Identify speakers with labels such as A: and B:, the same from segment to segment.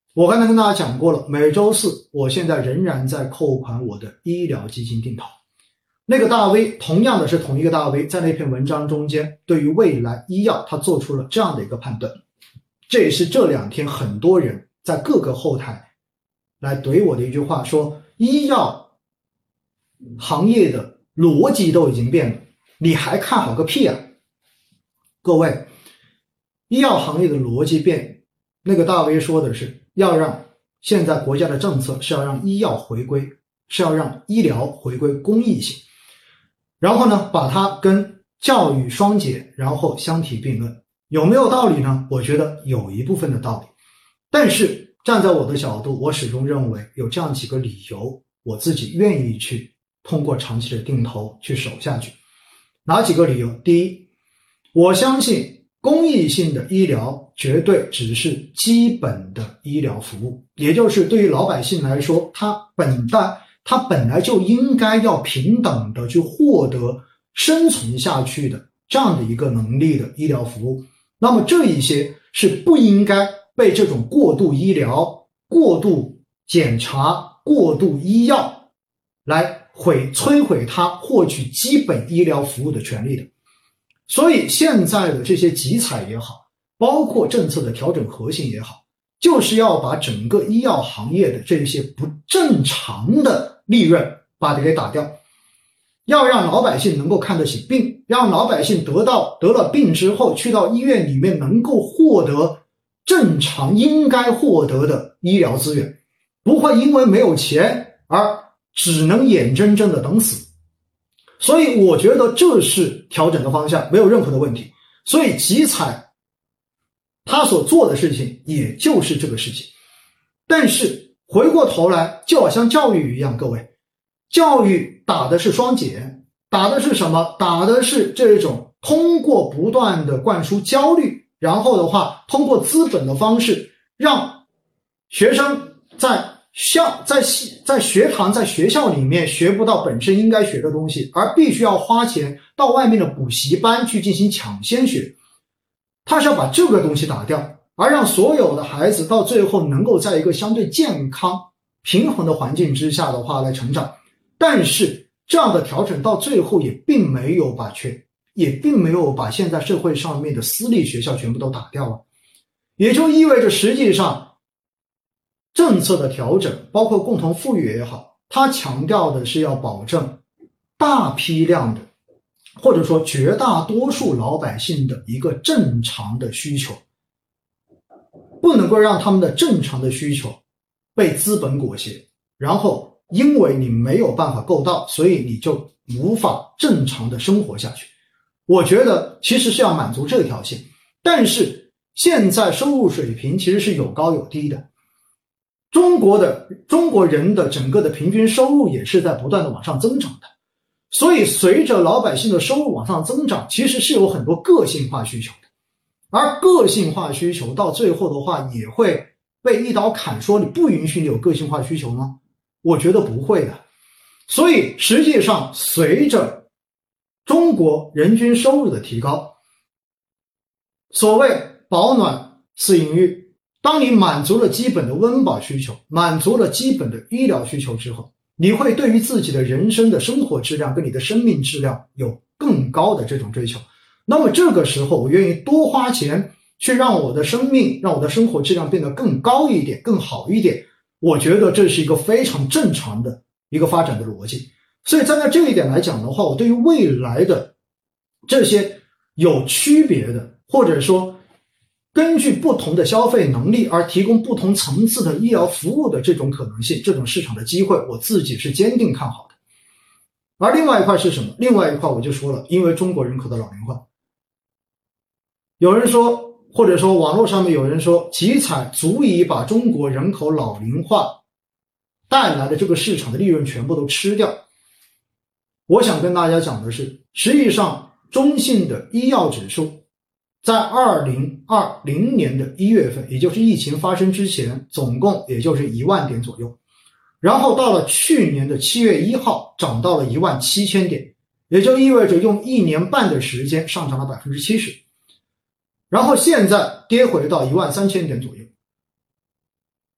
A: 我刚才跟大家讲过了，每周四我现在仍然在扣款我的医疗基金定投。那个大 V 同样的是同一个大 V， 在那篇文章中间对于未来医药他做出了这样的一个判断。这也是这两天很多人在各个后台来怼我的一句话，说医药行业的逻辑都已经变了，你还看好个屁啊！各位，医药行业的逻辑变，那个大 V 说的是要让现在国家的政策是要让医药回归，是要让医疗回归公益性，然后呢把它跟教育双减然后相提并论。有没有道理呢？我觉得有一部分的道理，但是站在我的角度，我始终认为有这样几个理由，我自己愿意去通过长期的定投去守下去。哪几个理由？第一，我相信公益性的医疗绝对只是基本的医疗服务，也就是对于老百姓来说，他本来就应该要平等的去获得生存下去的这样的一个能力的医疗服务。那么这一些是不应该被这种过度医疗、过度检查、过度医药来摧毁他获取基本医疗服务的权利的。所以现在的这些集采也好，包括政策的调整核心也好，就是要把整个医药行业的这些不正常的利润把它给打掉，要让老百姓能够看得起病，让老百姓得了病之后去到医院里面能够获得正常应该获得的医疗资源，不会因为没有钱而只能眼睁睁的等死。所以我觉得这是调整的方向，没有任何的问题。所以集采他所做的事情也就是这个事情。但是回过头来，就好像教育一样，各位，教育打的是双减，打的是什么？打的是这种通过不断的灌输焦虑，然后的话通过资本的方式让学生在学堂在学校里面学不到本身应该学的东西，而必须要花钱到外面的补习班去进行抢先学。他是要把这个东西打掉，而让所有的孩子到最后能够在一个相对健康平衡的环境之下的话来成长。但是这样的调整到最后也并没有把现在社会上面的私立学校全部都打掉了，也就意味着实际上政策的调整，包括共同富裕也好，它强调的是要保证大批量的或者说绝大多数老百姓的一个正常的需求，不能够让他们的正常的需求被资本裹挟，然后因为你没有办法够到，所以你就无法正常的生活下去。我觉得其实是要满足这条线，但是现在收入水平其实是有高有低的。中国人的整个的平均收入也是在不断的往上增长的，所以随着老百姓的收入往上增长，其实是有很多个性化需求的，而个性化需求到最后的话也会被一刀砍，说你不允许你有个性化需求吗？我觉得不会的。所以实际上随着中国人均收入的提高，所谓保暖思淫欲，当你满足了基本的温饱需求，满足了基本的医疗需求之后，你会对于自己的人生的生活质量跟你的生命质量有更高的这种追求。那么这个时候我愿意多花钱去让我的生命，让我的生活质量变得更高一点，更好一点，我觉得这是一个非常正常的一个发展的逻辑。所以站在这一点来讲的话，我对于未来的这些有区别的，或者说根据不同的消费能力而提供不同层次的医疗服务的这种可能性，这种市场的机会，我自己是坚定看好的。而另外一块是什么？另外一块我就说了，因为中国人口的老龄化，有人说，或者说网络上面有人说，集采足以把中国人口老龄化带来的这个市场的利润全部都吃掉。我想跟大家讲的是，实际上中信的医药指数在2020年的1月份，也就是疫情发生之前，总共也就是1万点左右，然后到了去年的7月1号涨到了17000点，也就意味着用1年半的时间上涨了 70%， 然后现在跌回到13000点左右。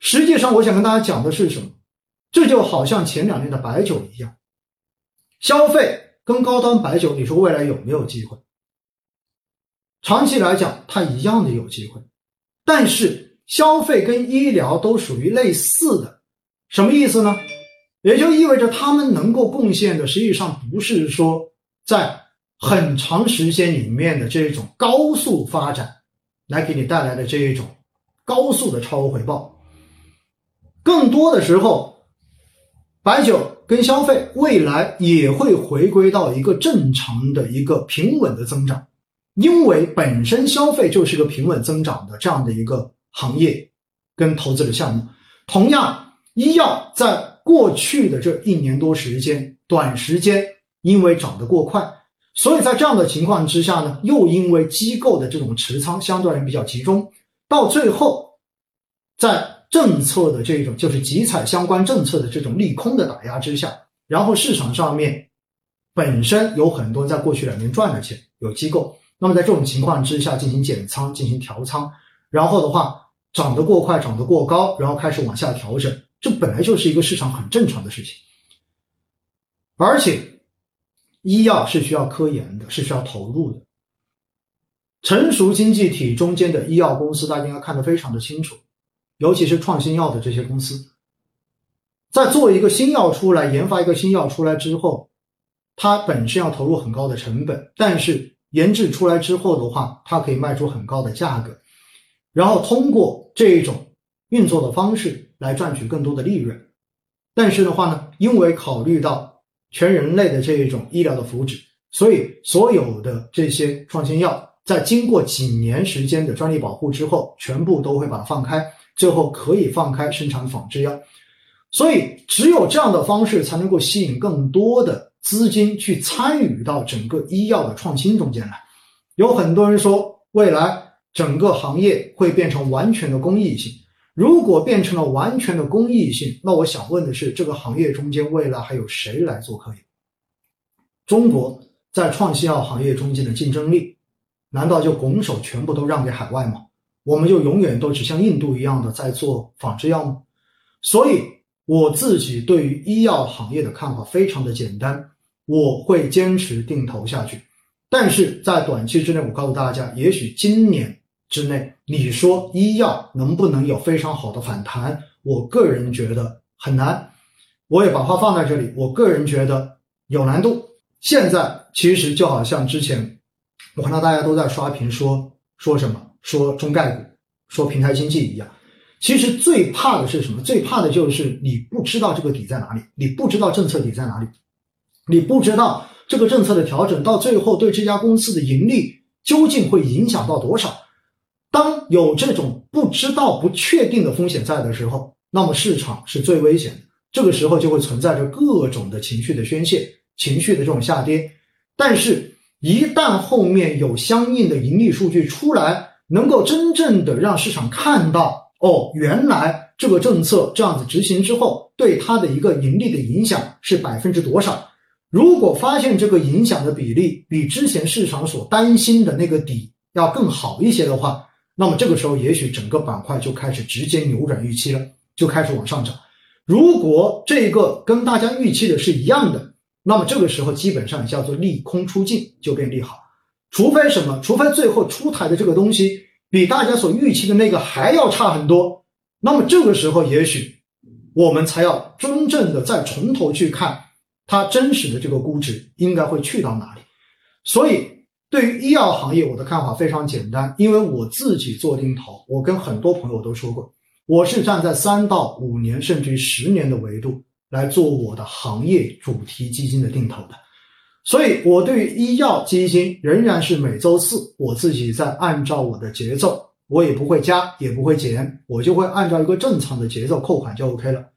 A: 实际上我想跟大家讲的是什么？这就好像前2年的白酒一样，消费跟高端白酒，你说未来有没有机会？长期来讲，它一样的有机会。但是消费跟医疗都属于类似的，什么意思呢？也就意味着他们能够贡献的，实际上不是说在很长时间里面的这种高速发展来给你带来的这一种高速的超额回报，更多的时候，白酒跟消费未来也会回归到一个正常的一个平稳的增长，因为本身消费就是个平稳增长的这样的一个行业跟投资的项目。同样，医药在过去的这1年多时间，短时间因为涨得过快，所以在这样的情况之下呢，又因为机构的这种持仓相对而言比较集中，到最后在政策的这种就是集采相关政策的这种利空的打压之下，然后市场上面本身有很多人在过去2年赚了钱，有机构，那么在这种情况之下进行减仓进行调仓，然后的话涨得过快涨得过高，然后开始往下调整，这本来就是一个市场很正常的事情。而且医药是需要科研的，是需要投入的，成熟经济体中间的医药公司大家应该看得非常的清楚，尤其是创新药的这些公司，在做一个新药出来，研发一个新药出来之后，它本身要投入很高的成本，但是研制出来之后的话，它可以卖出很高的价格，然后通过这一种运作的方式来赚取更多的利润。但是的话呢，因为考虑到全人类的这一种医疗的福祉，所以所有的这些创新药在经过几年时间的专利保护之后，全部都会把它放开，最后可以放开生产仿制药。所以只有这样的方式才能够吸引更多的资金去参与到整个医药的创新中间来。有很多人说未来整个行业会变成完全的公益性，如果变成了完全的公益性，那我想问的是，这个行业中间未来还有谁来做科研？中国在创新药行业中间的竞争力，难道就拱手全部都让给海外吗？我们就永远都只像印度一样的在做仿制药吗？所以我自己对于医药行业的看法非常的简单，我会坚持定投下去。但是在短期之内，我告诉大家，也许今年之内，你说医药能不能有非常好的反弹，我个人觉得很难。我也把话放在这里，我个人觉得有难度。现在其实就好像之前我看到大家都在刷屏说什么，说中概股，说平台经济一样。其实最怕的是什么？最怕的就是你不知道这个底在哪里，你不知道政策底在哪里，你不知道这个政策的调整到最后对这家公司的盈利究竟会影响到多少。当有这种不知道不确定的风险在的时候，那么市场是最危险的，这个时候就会存在着各种的情绪的宣泄，情绪的这种下跌。但是一旦后面有相应的盈利数据出来，能够真正的让市场看到原来这个政策这样子执行之后，对它的一个盈利的影响是多少。如果发现这个影响的比例比之前市场所担心的那个底要更好一些的话，那么这个时候也许整个板块就开始直接扭转预期了，就开始往上涨。如果这个跟大家预期的是一样的，那么这个时候基本上叫做利空出尽，就变利好。除非什么？除非最后出台的这个东西比大家所预期的那个还要差很多，那么这个时候也许我们才要真正的再从头去看它真实的这个估值应该会去到哪里。所以对于医药行业我的看法非常简单，因为我自己做定投，我跟很多朋友都说过，我是站在3到5年甚至于10年的维度来做我的行业主题基金的定投的。所以我对于医药基金仍然是每周4，我自己在按照我的节奏，我也不会加也不会减，我就会按照一个正常的节奏扣款就 OK 了。